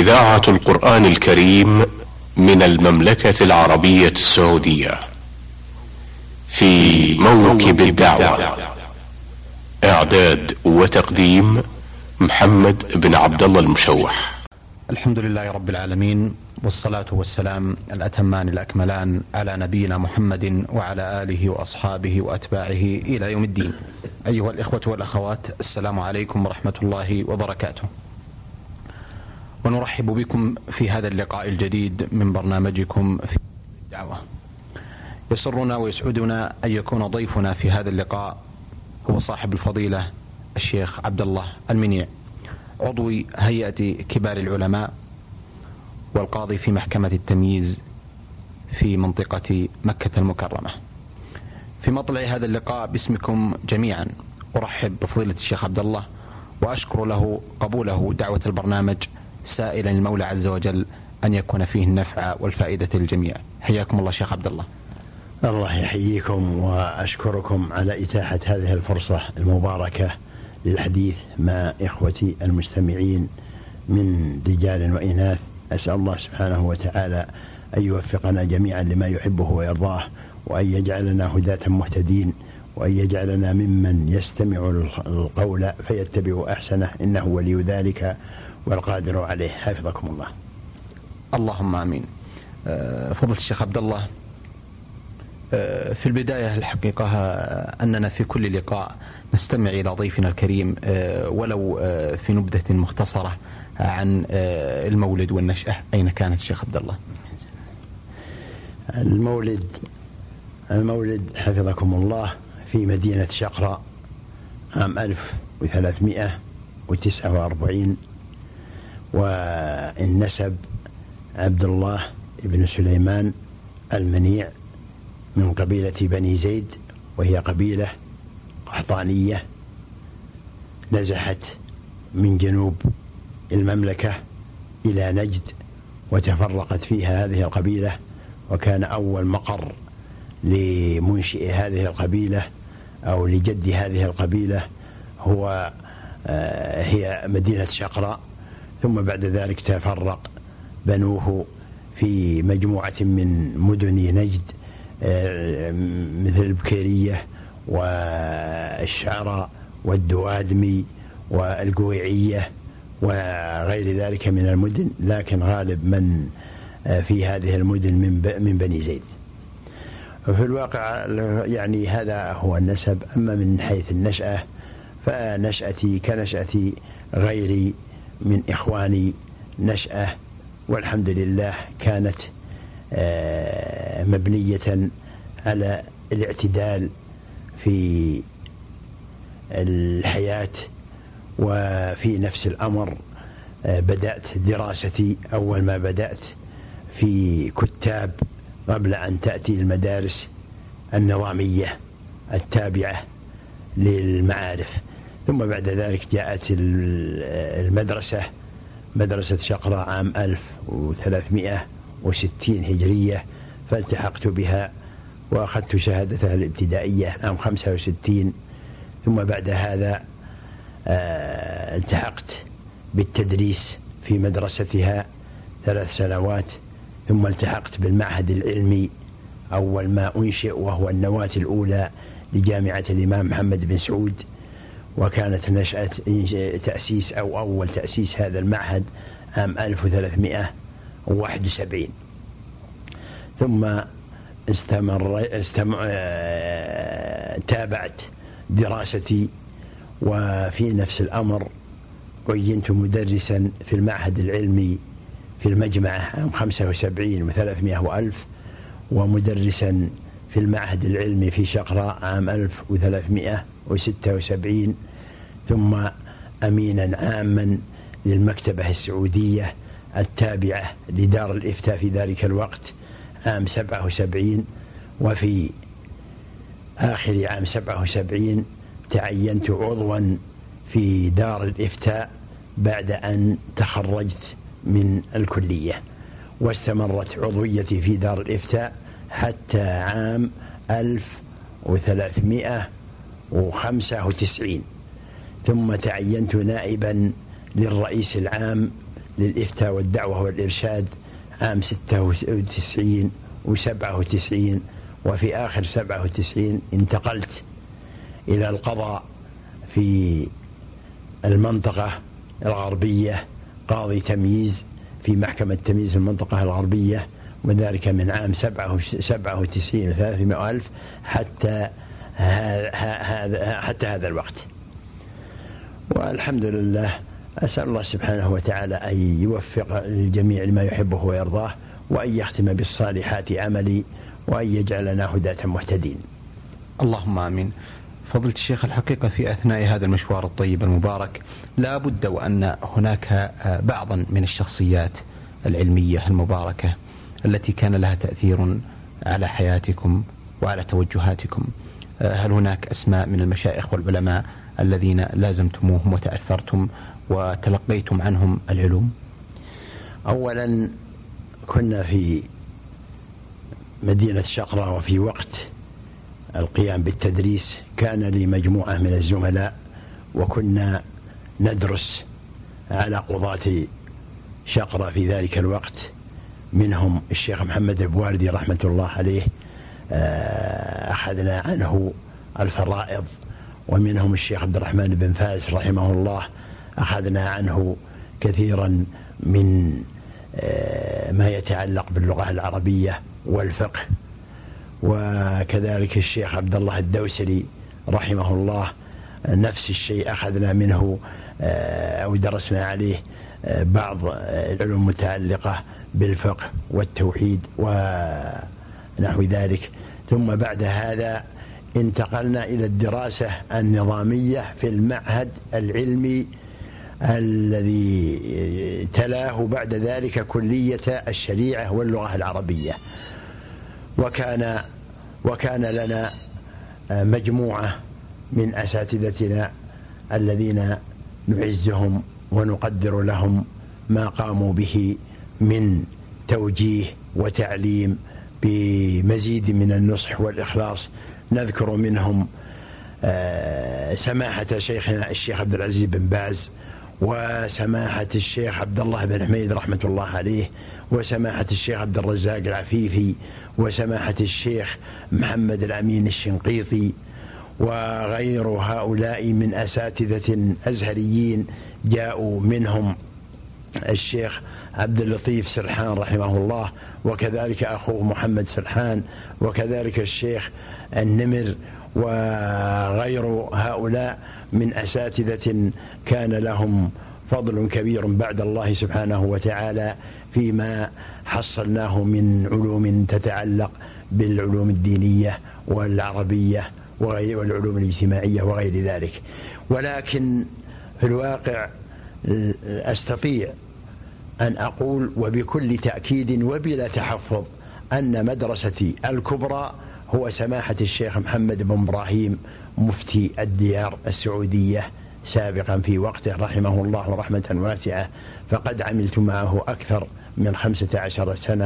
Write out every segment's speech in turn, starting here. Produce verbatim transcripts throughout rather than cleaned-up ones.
إذاعة القرآن الكريم من المملكة العربية السعودية في موكب الدعوة. إعداد وتقديم محمد بن عبد الله المشوح. الحمد لله رب العالمين، والصلاة والسلام الأتمان الأكملان على نبينا محمد وعلى آله وأصحابه وأتباعه إلى يوم الدين. أيها الإخوة والأخوات، السلام عليكم ورحمة الله وبركاته، ونرحب بكم في هذا اللقاء الجديد من برنامجكم في الدعوة. يسرنا ويسعدنا أن يكون ضيفنا في هذا اللقاء هو صاحب الفضيلة الشيخ عبد الله المنيع، عضو هيئة كبار العلماء والقاضي في محكمة التمييز في منطقة مكة المكرمة. في مطلع هذا اللقاء باسمكم جميعا أرحب بفضيلة الشيخ عبد الله، وأشكر له قبوله دعوة البرنامج، سائلا المولى عز وجل أن يكون فيه النفع والفائدة للجميع. حياكم الله شيخ عبد الله. الله يحييكم، وأشكركم على إتاحة هذه الفرصة المباركة للحديث مع إخوتي المستمعين من رجال وإناث. أسأل الله سبحانه وتعالى أن يوفقنا جميعا لما يحبه ويرضاه، وأن يجعلنا هداة مهتدين، وأن يجعلنا ممن يستمع القول فيتبع أحسنه، إنه ولي ذلك والقادر عليه. حفظكم الله. اللهم آمين. فضل الشيخ عبد الله، في البداية الحقيقة أننا في كل لقاء نستمع إلى ضيفنا الكريم ولو في نبذة مختصرة عن المولد والنشأة. أين كانت الشيخ عبد الله؟ المولد المولد حفظكم الله في مدينة شقرة عام ألف وثلاثمائة وتسعة وأربعين، والنسب عبد الله بن سليمان المنيع من قبيلة بني زيد، وهي قبيلة قحطانية نزحت من جنوب المملكة إلى نجد، وتفرقت فيها هذه القبيلة، وكان أول مقر لمنشئ هذه القبيلة أو لجد هذه القبيلة هو آه هي مدينة شقرة. ثم بعد ذلك تفرق بنوه في مجموعة من مدن نجد آه مثل البكيرية والشعراء والدوادمي والقويعية وغير ذلك من المدن، لكن غالب من في هذه المدن من بني زيد. وفي الواقع يعني هذا هو النسب. أما من حيث النشأة فنشأتي كنشأتي غيري من إخواني نشأة، والحمد لله كانت مبنية على الاعتدال في الحياة. وفي نفس الأمر بدأت دراستي أول ما بدأت في كتاب قبل أن تأتي المدارس النظامية التابعة للمعارف. ثم بعد ذلك جاءت المدرسة مدرسة شقرة عام ألف وثلاثمائة وستين هجرية، فالتحقت بها وأخذت شهادتها الابتدائية عام خمسة وستين. ثم بعد هذا آه التحقت بالتدريس في مدرستها ثلاث سنوات، ثم التحقت بالمعهد العلمي أول ما أنشئ، وهو النواة الأولى لجامعة الإمام محمد بن سعود، وكانت نشأة تأسيس أو أول تأسيس هذا المعهد عام ألف وثلاثمائة وواحد وسبعين. ثم استمر استمر آه تابعت دراستي، وفي نفس الأمر عينت مدرسا في المعهد العلمي في المجمعة عام خمسة وسبعين وثلاثمائة وألف، ومدرسا في المعهد العلمي في شقرة عام ألف وثلاثمائة وستة وسبعين، ثم أمينا عاما للمكتبة السعودية التابعة لدار الإفتاء في ذلك الوقت عام سبعة وسبعين. وفي آخر عام سبعة وسبعين تعينت عضوا في دار الإفتاء بعد أن تخرجت من الكلية، واستمرت عضويتي في دار الإفتاء حتى عام ألف وثلاثمائة وخمسة وتسعين. ثم تعينت نائبا للرئيس العام للإفتاء والدعوة والإرشاد عام ستة وتسعين وسبعة وتسعين، وفي آخر سبعة وتسعين انتقلت إلى القضاء في المنطقة الغربية، قاضي تمييز في محكمة تمييز في المنطقة الغربية، وذلك من عام سبعة وتسعين وثلاثمائة ألف حتى هذا حتى هذا الوقت. والحمد لله، أسأل الله سبحانه وتعالى أن يوفق الجميع لما يحبه ويرضاه، وأن يختم بالصالحات عملي، وأن يجعلنا هداة مهتدين. اللهم آمين. فضلت الشيخ، الحقيقة في أثناء هذا المشوار الطيب المبارك لا بد وأن هناك بعضا من الشخصيات العلمية المباركة التي كان لها تأثير على حياتكم وعلى توجهاتكم. هل هناك أسماء من المشايخ والعلماء الذين لازمتموهم وتأثرتم وتلقيتم عنهم العلوم؟ أولا كنا في مدينة شقرة، وفي وقت القيام بالتدريس كان لي مجموعة من الزملاء، وكنا ندرس على قضاة شقرة في ذلك الوقت، منهم الشيخ محمد البواردي رحمة الله عليه، أخذنا عنه الفرائض، ومنهم الشيخ عبد الرحمن بن فاز رحمه الله، أخذنا عنه كثيرا من ما يتعلق باللغة العربية والفقه، وكذلك الشيخ عبد الله الدوسري رحمه الله نفس الشيء، أخذنا منه أو درسنا عليه بعض العلوم المتعلقة بالفقه والتوحيد ونحو ذلك. ثم بعد هذا انتقلنا إلى الدراسة النظامية في المعهد العلمي الذي تلاه بعد ذلك كلية الشريعة واللغة العربية، وكان وكان لنا مجموعة من أساتذتنا الذين نعزهم ونقدر لهم ما قاموا به من توجيه وتعليم بمزيد من النصح والإخلاص. نذكر منهم سماحة شيخنا الشيخ عبد العزيز بن باز، وسماحة الشيخ عبد الله بن حميد رحمة الله عليه، وسماحة الشيخ عبد الرزاق العفيفي، وسماحة الشيخ محمد الأمين الشنقيطي، وغير هؤلاء من أساتذة أزهريين جاءوا، منهم الشيخ عبد اللطيف سرحان رحمه الله، وكذلك أخوه محمد سرحان، وكذلك الشيخ النمر، وغير هؤلاء من أساتذة كان لهم فضل كبير بعد الله سبحانه وتعالى فيما حصلناه من علوم تتعلق بالعلوم الدينية والعربية والعلوم الاجتماعية وغير ذلك. ولكن في الواقع أستطيع أن أقول وبكل تأكيد وبلا تحفظ أن مدرستي الكبرى هو سماحة الشيخ محمد بن إبراهيم مفتي الديار السعودية سابقا في وقته رحمه الله رحمة واسعة، فقد عملت معه أكثر من خمسة عشر سنة،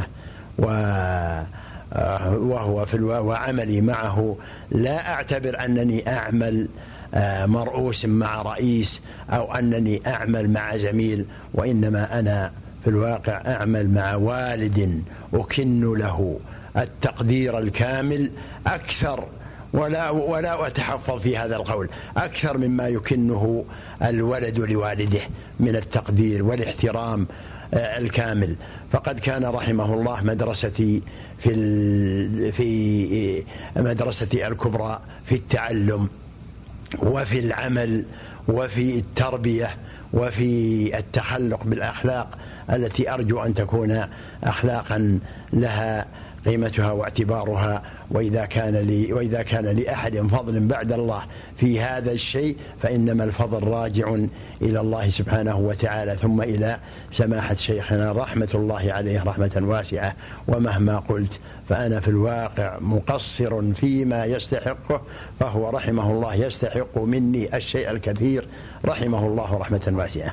وهو في الو... وعملي معه لا أعتبر أنني أعمل مرؤوس مع رئيس أو أنني أعمل مع زميل، وإنما أنا في الواقع أعمل مع والد أكن له التقدير الكامل أكثر، ولا ولا أتحفظ في هذا القول، أكثر مما يكنه الولد لوالده من التقدير والاحترام الكامل. فقد كان رحمه الله مدرستي في في مدرستي الكبرى في التعلم وفي العمل وفي التربية وفي التخلق بالأخلاق التي أرجو أن تكون أخلاقا لها قيمتها واعتبارها. وإذا كان لي وإذا كان لأحد فضل بعد الله في هذا الشيء فإنما الفضل راجع إلى الله سبحانه وتعالى، ثم إلى سماحة شيخنا رحمة الله عليه رحمة واسعة. ومهما قلت فأنا في الواقع مقصر فيما يستحقه، فهو رحمه الله يستحق مني الشيء الكثير رحمه الله رحمة واسعة.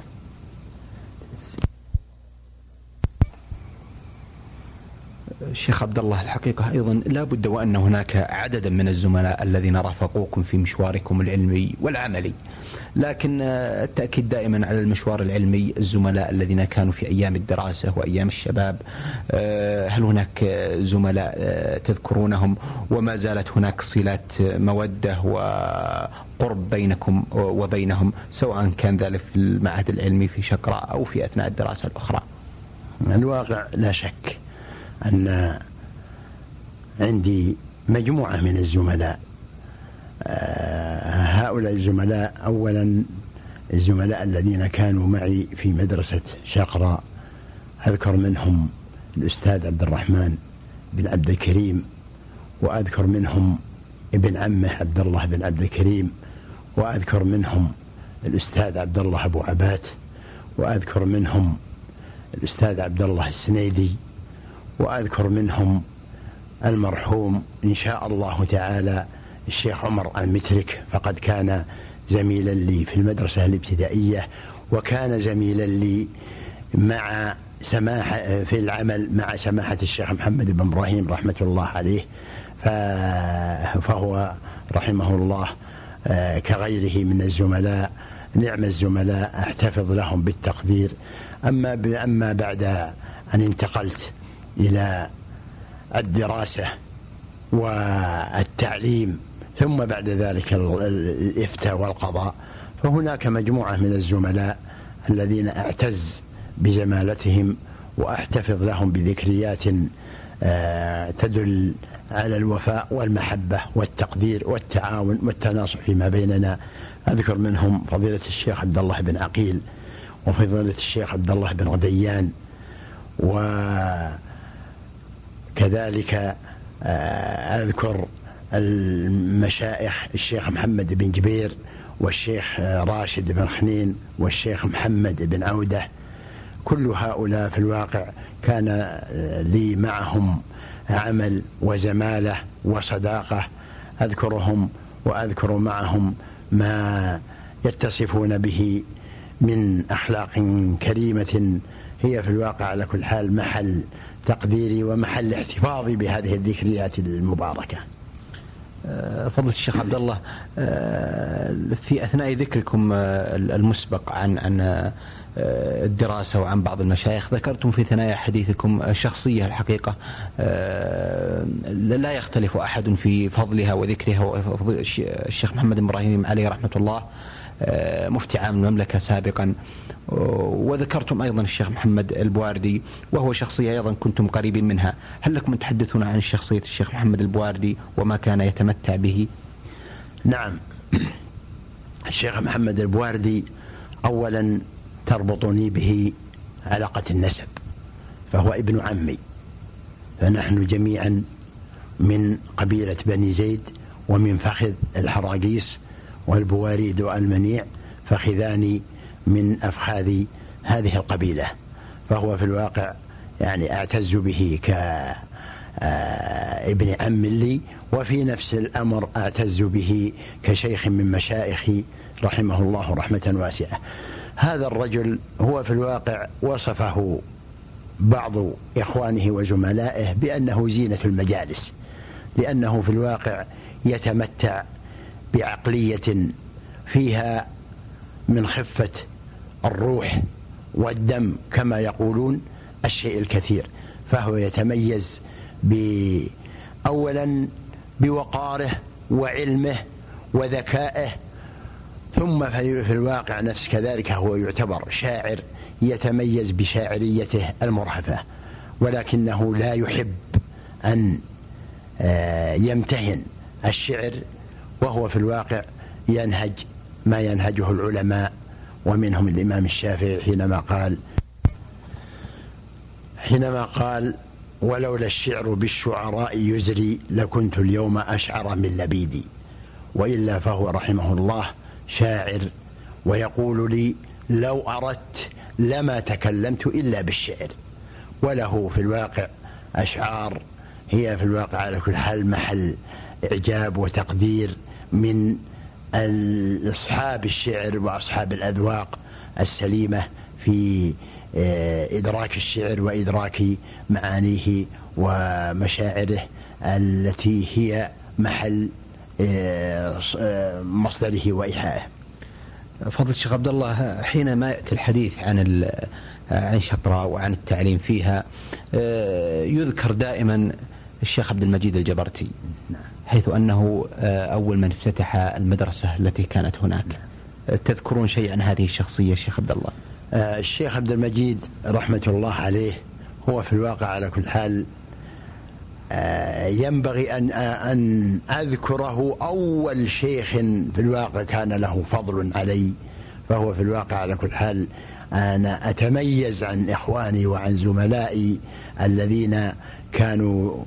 شيخ عبد الله، الحقيقة أيضا لا بد وأن هناك عددا من الزملاء الذين رافقوكم في مشواركم العلمي والعملي، لكن التأكيد دائما على المشوار العلمي الزملاء الذين كانوا في أيام الدراسة وأيام الشباب، هل هناك زملاء تذكرونهم وما زالت هناك صلات مودة وقرب بينكم وبينهم، سواء كان ذلك في المعهد العلمي في شقراء أو في أثناء الدراسة الأخرى؟ الواقع لا شك أن عندي مجموعة من الزملاء. هؤلاء الزملاء أولا الزملاء الذين كانوا معي في مدرسة شقراء، أذكر منهم الأستاذ عبد الرحمن بن عبد الكريم، وأذكر منهم ابن عمه عبد الله بن عبد الكريم، وأذكر منهم الأستاذ عبد الله أبو عبات، وأذكر منهم الأستاذ عبد الله السنيدي، وأذكر منهم المرحوم إن شاء الله تعالى الشيخ عمر المترك، فقد كان زميلا لي في المدرسة الابتدائية، وكان زميلا لي مع سماحة في العمل مع سماحة الشيخ محمد بن إبراهيم رحمة الله عليه، فهو رحمه الله كغيره من الزملاء نعم الزملاء، أحتفظ لهم بالتقدير. أما أما بعد أن انتقلت إلى الدراسة والتعليم ثم بعد ذلك الإفتاء والقضاء، فهناك مجموعة من الزملاء الذين أعتز بزمالتهم وأحتفظ لهم بذكريات تدل على الوفاء والمحبة والتقدير والتعاون والتناصح فيما بيننا. أذكر منهم فضيلة الشيخ عبد الله بن عقيل، وفضيلة الشيخ عبد الله بن غديان، وكذلك أذكر المشايخ الشيخ محمد بن جبير، والشيخ راشد بن خنين، والشيخ محمد بن عودة. كل هؤلاء في الواقع كان لي معهم عمل وزمالة وصداقة، أذكرهم وأذكر معهم ما يتصفون به من أخلاق كريمة هي في الواقع على كل حال محل تقديري ومحل احتفاظي بهذه الذكريات المباركة. فضل الشيخ عبد الله، في أثناء ذكركم المسبق عن عن الدراسة وعن بعض المشايخ ذكرتم في ثنايا حديثكم شخصية الحقيقة لا يختلف أحد في فضلها وذكرها، الشيخ محمد بن إبراهيم عليه رحمة الله مفتي عام المملكة سابقا، وذكرتم أيضا الشيخ محمد البواردي وهو شخصية أيضا كنتم قريبين منها. هل لكم تحدثون عن شخصية الشيخ محمد البواردي وما كان يتمتع به؟ نعم، الشيخ محمد البواردي أولا تربطني به علاقة النسب، فهو ابن عمي، فنحن جميعا من قبيلة بني زيد ومن فخذ الحراقيس، والبواريد والمنيع فخذان من أفخاذ هذه القبيلة، فهو في الواقع يعني أعتز به كابن عم لي، وفي نفس الأمر أعتز به كشيخ من مشايخي رحمه الله رحمة واسعة. هذا الرجل هو في الواقع وصفه بعض إخوانه وزملائه بأنه زينة المجالس، لأنه في الواقع يتمتع بعقلية فيها من خفة الروح والدم كما يقولون الشيء الكثير، فهو يتميز أولا بوقاره وعلمه وذكائه، ثم في الواقع نفس كذلك هو يعتبر شاعر يتميز بشاعريته المرهفة، ولكنه لا يحب أن يمتهن الشعر، وهو في الواقع ينهج ما ينهجه العلماء، ومنهم الإمام الشافعي حينما قال حينما قال ولولا الشعر بالشعراء يزري لكنت اليوم أشعر من لبيدي، وإلا فهو رحمه الله شاعر، ويقول لي لو أردت لما تكلمت إلا بالشعر، وله في الواقع أشعار هي في الواقع على كل حال محل إعجاب وتقدير من أصحاب الشعر وأصحاب الأذواق السليمة في إدراك الشعر وإدراك معانيه ومشاعره التي هي محل مصدره وإيحائه. فضل الشيخ عبد الله، حينما يأتي الحديث عن عن شقراء وعن التعليم فيها يذكر دائما الشيخ عبد المجيد الجبرتي، حيث أنه أول من افتتح المدرسة التي كانت هناك. تذكرون شيء عن هذه الشخصية الشيخ عبد الله؟ الشيخ عبد المجيد رحمة الله عليه هو في الواقع على كل حال ينبغي أن أن أذكره أول شيخ في الواقع كان له فضل علي، فهو في الواقع على كل حال أنا أتميز عن إخواني وعن زملائي الذين كانوا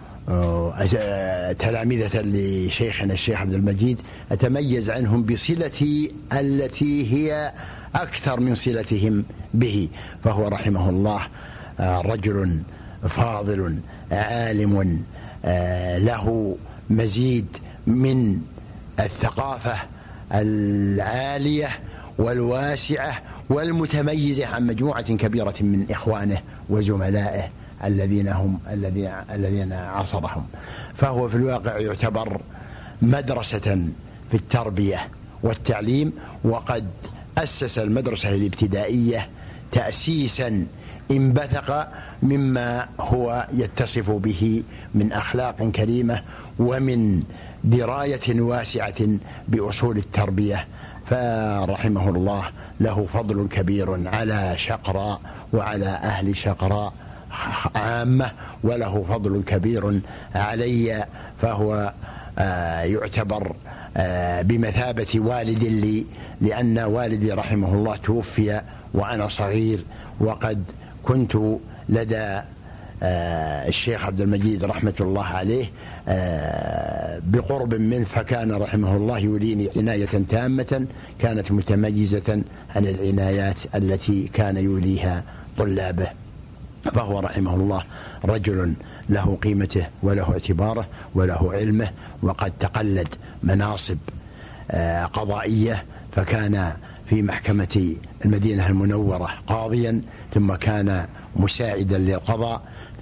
تلامذة لشيخنا الشيخ عبد المجيد، أتميز عنهم بصلتي التي هي أكثر من صلتهم به. فهو رحمه الله رجل فاضل عالم له مزيد من الثقافة العالية والواسعة والمتميزة عن مجموعة كبيرة من إخوانه وزملائه الذين هم الذين الذين عاصرهم. فهو في الواقع يعتبر مدرسة في التربية والتعليم، وقد أسس المدرسة الابتدائية تأسيسا انبثق مما هو يتصف به من أخلاق كريمة ومن دراية واسعة بأصول التربية. فرحمه الله له فضل كبير على شقراء وعلى أهل شقراء عامة، وله فضل كبير علي، فهو يعتبر بمثابة والد لي، لأن والدي رحمه الله توفي وأنا صغير، وقد كنت لدى الشيخ عبد المجيد رحمة الله عليه بقرب منه، فكان رحمه الله يوليني عناية تامة كانت متميزة عن العنايات التي كان يوليها طلابه. فهو رحمه الله رجل له قيمته وله اعتباره وله علمه، وقد تقلد مناصب قضائية، فكان في محكمة المدينة المنورة قاضيا، ثم كان مساعدا للقضاء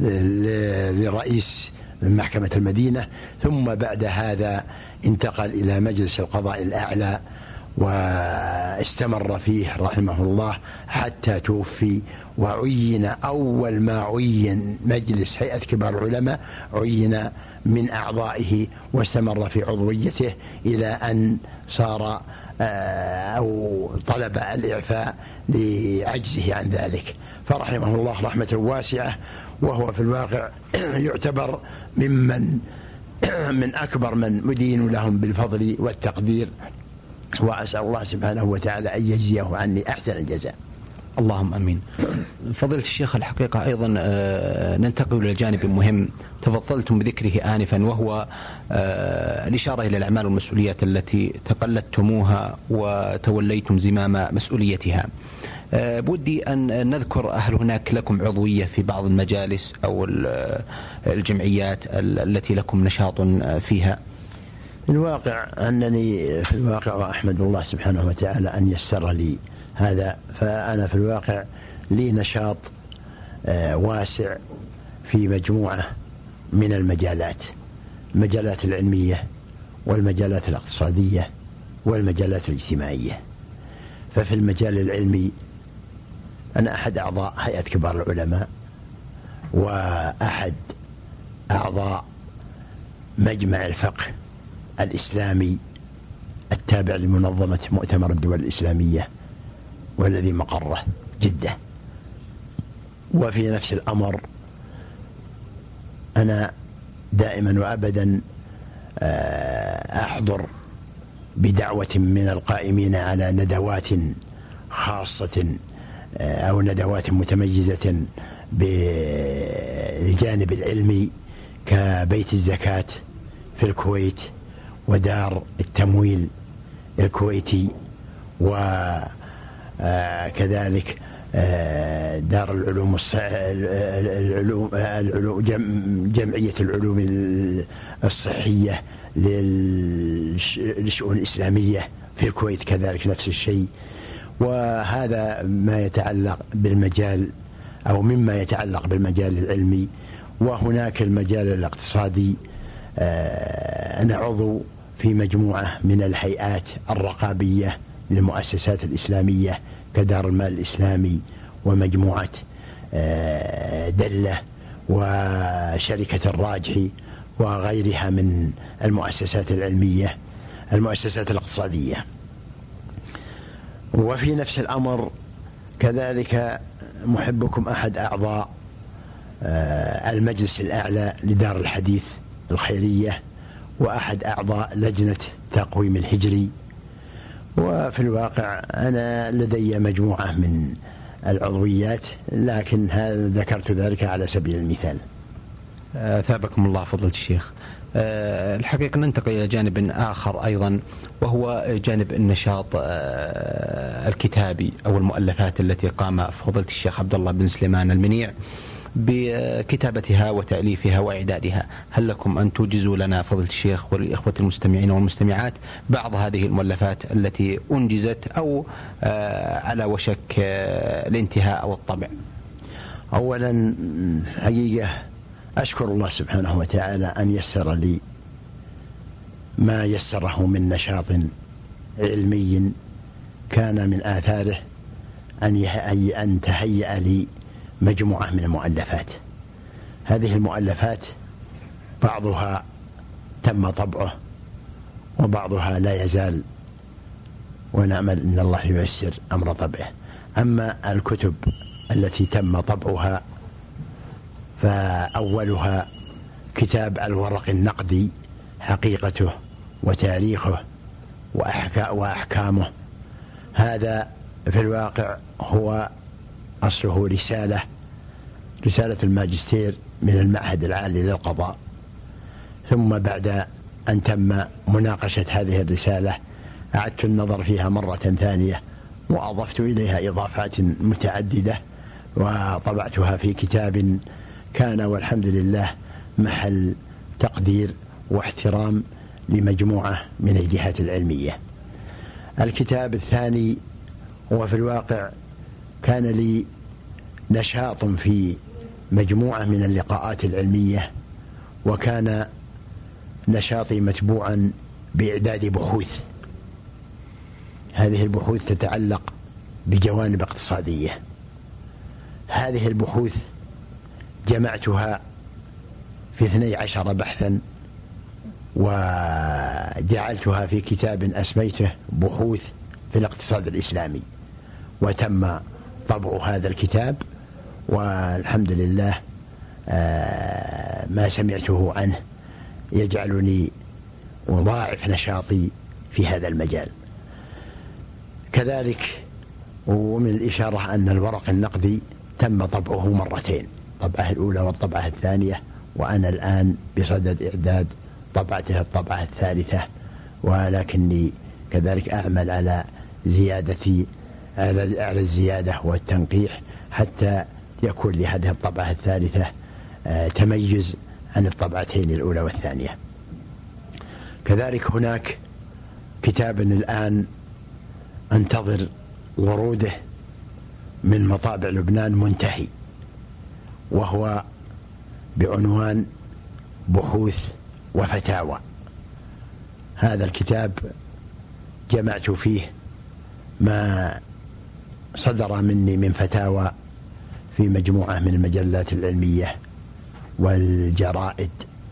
لرئيس محكمة المدينة، ثم بعد هذا انتقل إلى مجلس القضاء الأعلى واستمر فيه رحمه الله حتى توفي. وعين أول ما عين مجلس هيئة كبار العلماء عين من أعضائه، واستمر في عضويته إلى أن صار أو طلب الإعفاء لعجزه عن ذلك، فرحمه الله رحمة واسعة. وهو في الواقع يعتبر ممن من أكبر من مدين لهم بالفضل والتقدير، وأسأل الله سبحانه وتعالى أن يجزيه عني أحسن الجزاء. اللهم أمين. فضيلة الشيخ، الحقيقة أيضا ننتقل إلى جانب مهم تفضلتم بذكره آنفا، وهو الإشارة إلى الأعمال والمسؤوليات التي تقلدتموها وتوليتم زمام مسؤوليتها. بودي أن نذكر هل هناك لكم عضوية في بعض المجالس أو الجمعيات التي لكم نشاط فيها؟ الواقع أنني في الواقع أحمد الله سبحانه وتعالى أن يسر لي هذا، فأنا في الواقع لي نشاط واسع في مجموعة من المجالات، المجالات العلمية والمجالات الاقتصادية والمجالات الاجتماعية. ففي المجال العلمي أنا أحد أعضاء هيئة كبار العلماء، وأحد أعضاء مجمع الفقه الإسلامي التابع لمنظمة مؤتمر الدول الإسلامية والذي مقره جدة. وفي نفس الأمر أنا دائما وأبدا أحضر بدعوة من القائمين على ندوات خاصة أو ندوات متميزة بالجانب العلمي كبيت الزكاة في الكويت ودار التمويل الكويتي، وكذلك دار العلوم العلوم جمعية العلوم الصحية للشؤون الإسلامية في الكويت كذلك نفس الشيء. وهذا ما يتعلق بالمجال أو مما يتعلق بالمجال العلمي. وهناك المجال الاقتصادي، أنا عضو في مجموعة من الهيئات الرقابية للمؤسسات الإسلامية كدار المال الإسلامي ومجموعة دلة وشركة الراجحي وغيرها من المؤسسات العلمية المؤسسات الاقتصادية. وفي نفس الأمر كذلك محبكم أحد أعضاء المجلس الأعلى لدار الحديث الخيرية وأحد أعضاء لجنة تقويم الهجري. وفي الواقع أنا لدي مجموعة من العضويات، لكن هذا ذكرت ذلك على سبيل المثال. ثابكم الله فضيلة الشيخ. الحقيقة ننتقل إلى جانب آخر أيضا، وهو جانب النشاط الكتابي أو المؤلفات التي قام فضيلة الشيخ عبد الله بن سليمان المنيع بكتابتها وتأليفها وإعدادها. هل لكم أن توجزوا لنا فضيلة الشيخ وللإخوة المستمعين والمستمعات بعض هذه المؤلفات التي أنجزت أو على وشك الانتهاء أو الطبع؟ أولا حقيقة أشكر الله سبحانه وتعالى أن يسر لي ما يسره من نشاط علمي كان من آثاره أن أن تهيأ لي مجموعة من المؤلفات. هذه المؤلفات بعضها تم طبعه وبعضها لا يزال، ونأمل أن الله ييسر أمر طبعه. أما الكتب التي تم طبعها فأولها كتاب الورق النقدي، حقيقته وتاريخه وأحكامه. هذا في الواقع هو أصله رسالة رسالة الماجستير من المعهد العالي للقضاء، ثم بعد أن تم مناقشة هذه الرسالة أعدت النظر فيها مرة ثانية وأضفت إليها إضافات متعددة وطبعتها في كتاب كان والحمد لله محل تقدير واحترام لمجموعة من الجهات العلمية. الكتاب الثاني هو في الواقع كان لي نشاط في مجموعة من اللقاءات العلمية، وكان نشاطي متبوعا بإعداد بحوث. هذه البحوث تتعلق بجوانب اقتصادية. هذه البحوث جمعتها في اثني عشر بحثا وجعلتها في كتاب أسميته بحوث في الاقتصاد الإسلامي، وتم طبع هذا الكتاب والحمد لله ما سمعته عنه يجعلني أضاعف نشاطي في هذا المجال. كذلك ومن الإشارة أن الورق النقدي تم طبعه مرتين، الطبعة الأولى والطبعة الثانية، وأنا الآن بصدد إعداد طبعته الطبعة الثالثة، ولكني كذلك أعمل على زيادة على الزيادة والتنقيح حتى يكون لهذه الطبعة الثالثة تميز عن الطبعتين الأولى والثانية. كذلك هناك كتاب الآن أنتظر وروده من مطابع لبنان منتهي، وهو بعنوان بحوث وفتاوى. هذا الكتاب جمعت فيه ما صدر مني من فتاوى في مجموعة من المجلات العلمية والجرائد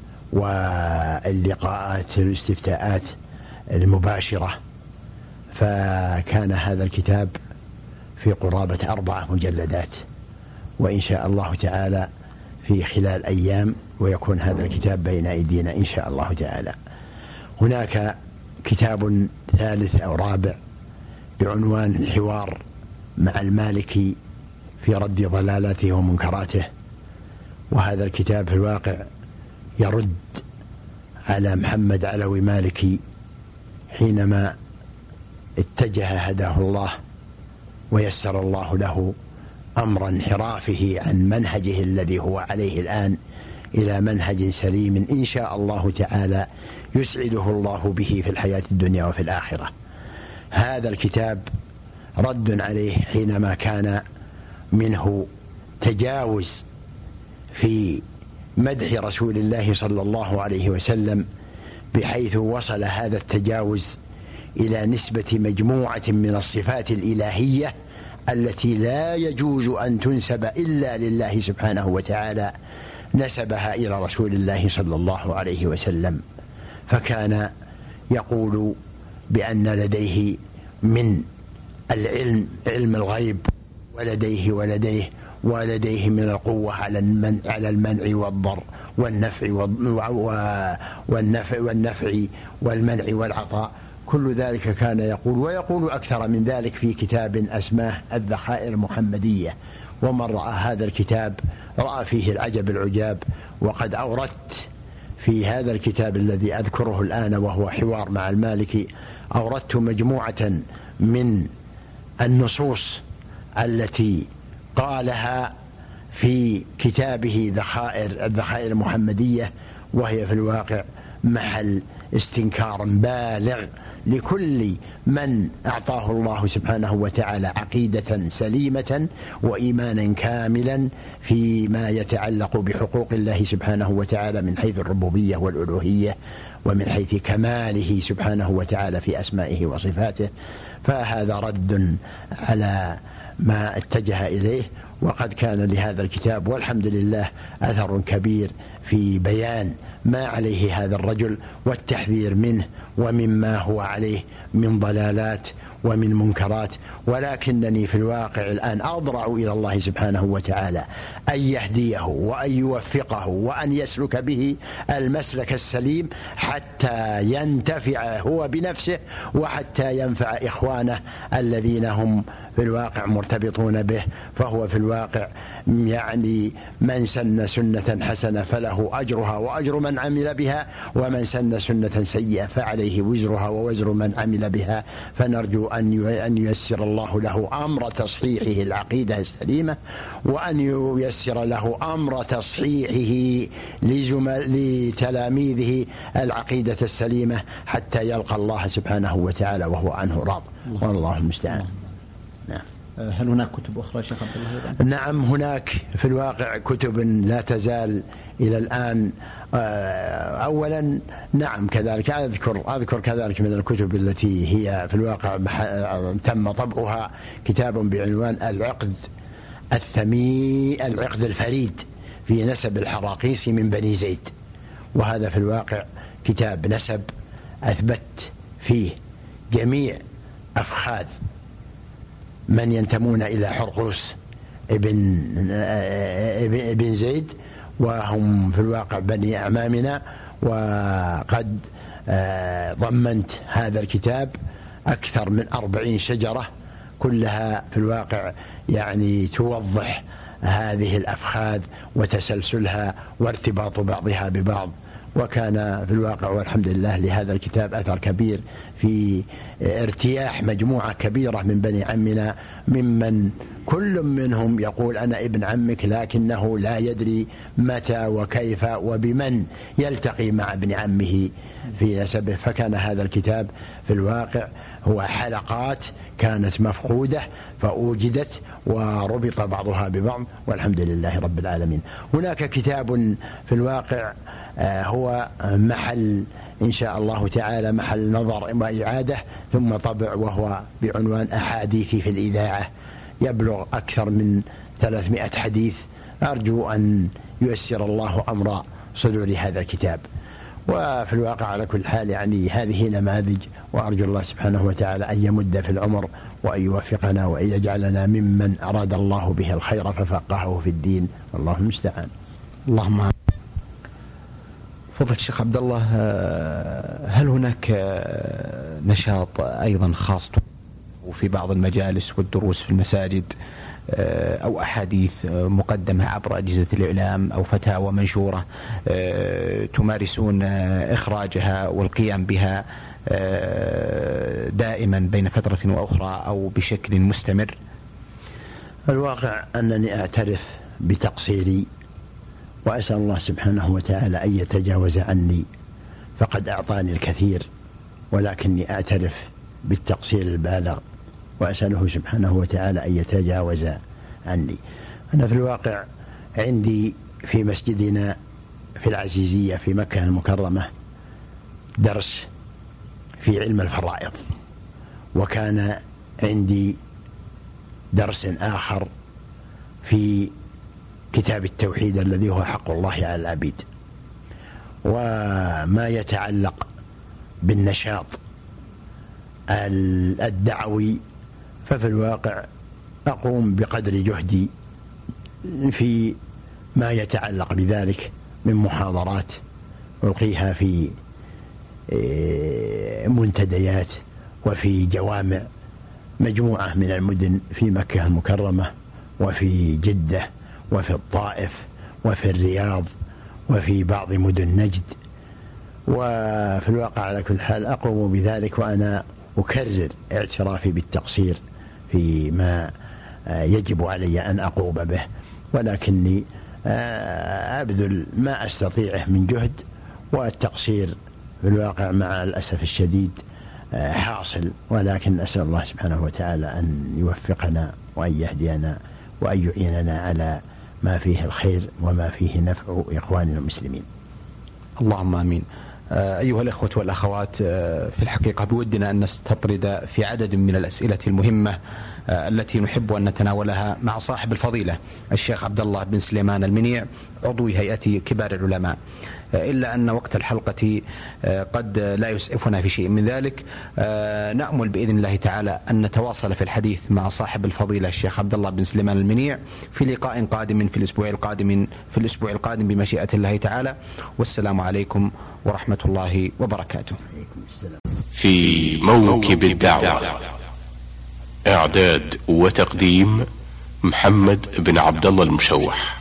واللقاءات الاستفتاءات المباشرة، فكان هذا الكتاب في قرابة أربعة مجلدات، وإن شاء الله تعالى في خلال أيام ويكون هذا الكتاب بين أيدينا إن شاء الله تعالى. هناك كتاب ثالث أو رابع بعنوان الحوار مع المالكي في رد ضلالاته ومنكراته، وهذا الكتاب في الواقع يرد على محمد علوي مالكي حينما اتجه هداه الله ويسر الله له أمر انحرافه عن منهجه الذي هو عليه الآن إلى منهج سليم إن شاء الله تعالى يسعده الله به في الحياة الدنيا وفي الآخرة. هذا الكتاب رد عليه حينما كان منه تجاوز في مدح رسول الله صلى الله عليه وسلم، بحيث وصل هذا التجاوز إلى نسبة مجموعة من الصفات الإلهية التي لا يجوز أن تنسب إلا لله سبحانه وتعالى، نسبها إلى رسول الله صلى الله عليه وسلم. فكان يقول بأن لديه من العلم علم الغيب، ولديه ولديه ولديه من القوة على المنع على المنع والضر والنفع والنفع والنفع والمنع والعطاء. كل ذلك كان يقول، ويقول أكثر من ذلك في كتاب أسماه الذخائر المحمدية. ومن رأى هذا الكتاب رأى فيه العجب العجاب. وقد أوردت في هذا الكتاب الذي أذكره الآن وهو حوار مع المالكي، أوردت مجموعة من النصوص التي قالها في كتابه ذخائر الذخائر المحمدية، وهي في الواقع محل استنكار بالغ لكل من أعطاه الله سبحانه وتعالى عقيدة سليمة وإيمانا كاملا فيما يتعلق بحقوق الله سبحانه وتعالى من حيث الربوبية والألوهية، ومن حيث كماله سبحانه وتعالى في أسمائه وصفاته. فهذا رد على ما اتجه إليه. وقد كان لهذا الكتاب والحمد لله أثر كبير في بيان ما عليه هذا الرجل والتحذير منه ومما هو عليه من ضلالات ومن منكرات. ولكنني في الواقع الآن أضرع إلى الله سبحانه وتعالى أن يهديه وأن يوفقه وأن يسلك به المسلك السليم حتى ينتفع هو بنفسه وحتى ينفع إخوانه الذين هم في الواقع مرتبطون به. فهو في الواقع يعني من سن سنة حسنة فله أجرها وأجر من عمل بها، ومن سن سنة سيئة فعليه وزرها ووزر من عمل بها. فنرجو أن ييسر الله له أمر تصحيحه العقيدة السليمة، وأن ييسر له أمر تصحيحه لتلاميذه العقيدة السليمة حتى يلقى الله سبحانه وتعالى وهو عنه راض، والله المستعان. نعم. هل هناك كتب أخرى شيخ عبد الله؟ نعم، هناك في الواقع كتب لا تزال إلى الآن. أولا نعم كذلك أذكر أذكر كذلك من الكتب التي هي في الواقع تم طبعها كتاب بعنوان العقد الثمين العقد الفريد في نسب الحراقيس من بني زيد. وهذا في الواقع كتاب نسب أثبت فيه جميع أفخاذ من ينتمون إلى حرقوس ابن ابن زيد، وهم في الواقع بني أعمامنا. وقد ضمنت هذا الكتاب أكثر من أربعين شجرة كلها في الواقع يعني توضح هذه الأفخاذ وتسلسلها وارتباط بعضها ببعض. وكان في الواقع والحمد لله لهذا الكتاب أثر كبير في ارتياح مجموعة كبيرة من بني عمنا، ممن كل منهم يقول أنا ابن عمك، لكنه لا يدري متى وكيف وبمن يلتقي مع ابن عمه في نسبه. فكان هذا الكتاب في الواقع هو حلقات كانت مفقودة فأوجدت وربط بعضها ببعض، والحمد لله رب العالمين. هناك كتاب في الواقع هو محل إن شاء الله تعالى محل نظر وإعادة ثم طبع، وهو بعنوان أحاديثي في الإذاعة، يبلغ أكثر من ثلاثمائة حديث. أرجو أن ييسر الله أمر صدور هذا الكتاب. وفي الواقع على كل حال يعني هذه نماذج، وأرجو الله سبحانه وتعالى أن يمد في العمر وأن يوفقنا وأن يجعلنا ممن أراد الله به الخير ففقهه في الدين، والله المستعان. اللهم. فضل الشيخ عبد الله، هل هناك نشاط أيضا خاص وفي بعض المجالس والدروس في المساجد أو أحاديث مقدمة عبر أجهزة الإعلام أو فتاوى منشورة تمارسون إخراجها والقيام بها دائما بين فترة وأخرى أو بشكل مستمر؟ الواقع أنني أعترف بتقصيري وأسأل الله سبحانه وتعالى أن يتجاوز عني، فقد أعطاني الكثير، ولكني أعترف بالتقصير البالغ وأسأله سبحانه وتعالى أن يتجاوز عني. أنا في الواقع عندي في مسجدنا في العزيزية في مكة المكرمة درس في علم الفرائض، وكان عندي درس آخر في كتاب التوحيد الذي هو حق الله على العبيد. وما يتعلق بالنشاط الدعوي ففي الواقع أقوم بقدر جهدي في ما يتعلق بذلك من محاضرات ألقيها في منتديات وفي جوامع مجموعة من المدن في مكة المكرمة وفي جدة وفي الطائف وفي الرياض وفي بعض مدن نجد. وفي الواقع على كل حال أقوم بذلك وأنا أكرر اعترافي بالتقصير فيما يجب علي أن أقوم به، ولكني أبذل ما أستطيعه من جهد، والتقصير في الواقع مع الأسف الشديد حاصل، ولكن أسأل الله سبحانه وتعالى أن يوفقنا وأن يهدينا وأن يعيننا على ما فيه الخير وما فيه نفع إخواننا المسلمين. اللهم آمين. أيها الأخوة والأخوات، في الحقيقة بودنا أن نستطرد في عدد من الأسئلة المهمة التي نحب أن نتناولها مع صاحب الفضيلة الشيخ عبد الله بن سليمان المنيع عضو هيئة كبار العلماء، إلا أن وقت الحلقة قد لا يسعفنا في شيء من ذلك. نأمل بإذن الله تعالى أن نتواصل في الحديث مع صاحب الفضيلة الشيخ عبد الله بن سليمان المنيع في لقاء قادم في الأسبوع القادم في الأسبوع القادم بمشيئة الله تعالى. والسلام عليكم ورحمة الله وبركاته. في موكب الدعوة، إعداد وتقديم محمد بن عبد الله المشوح.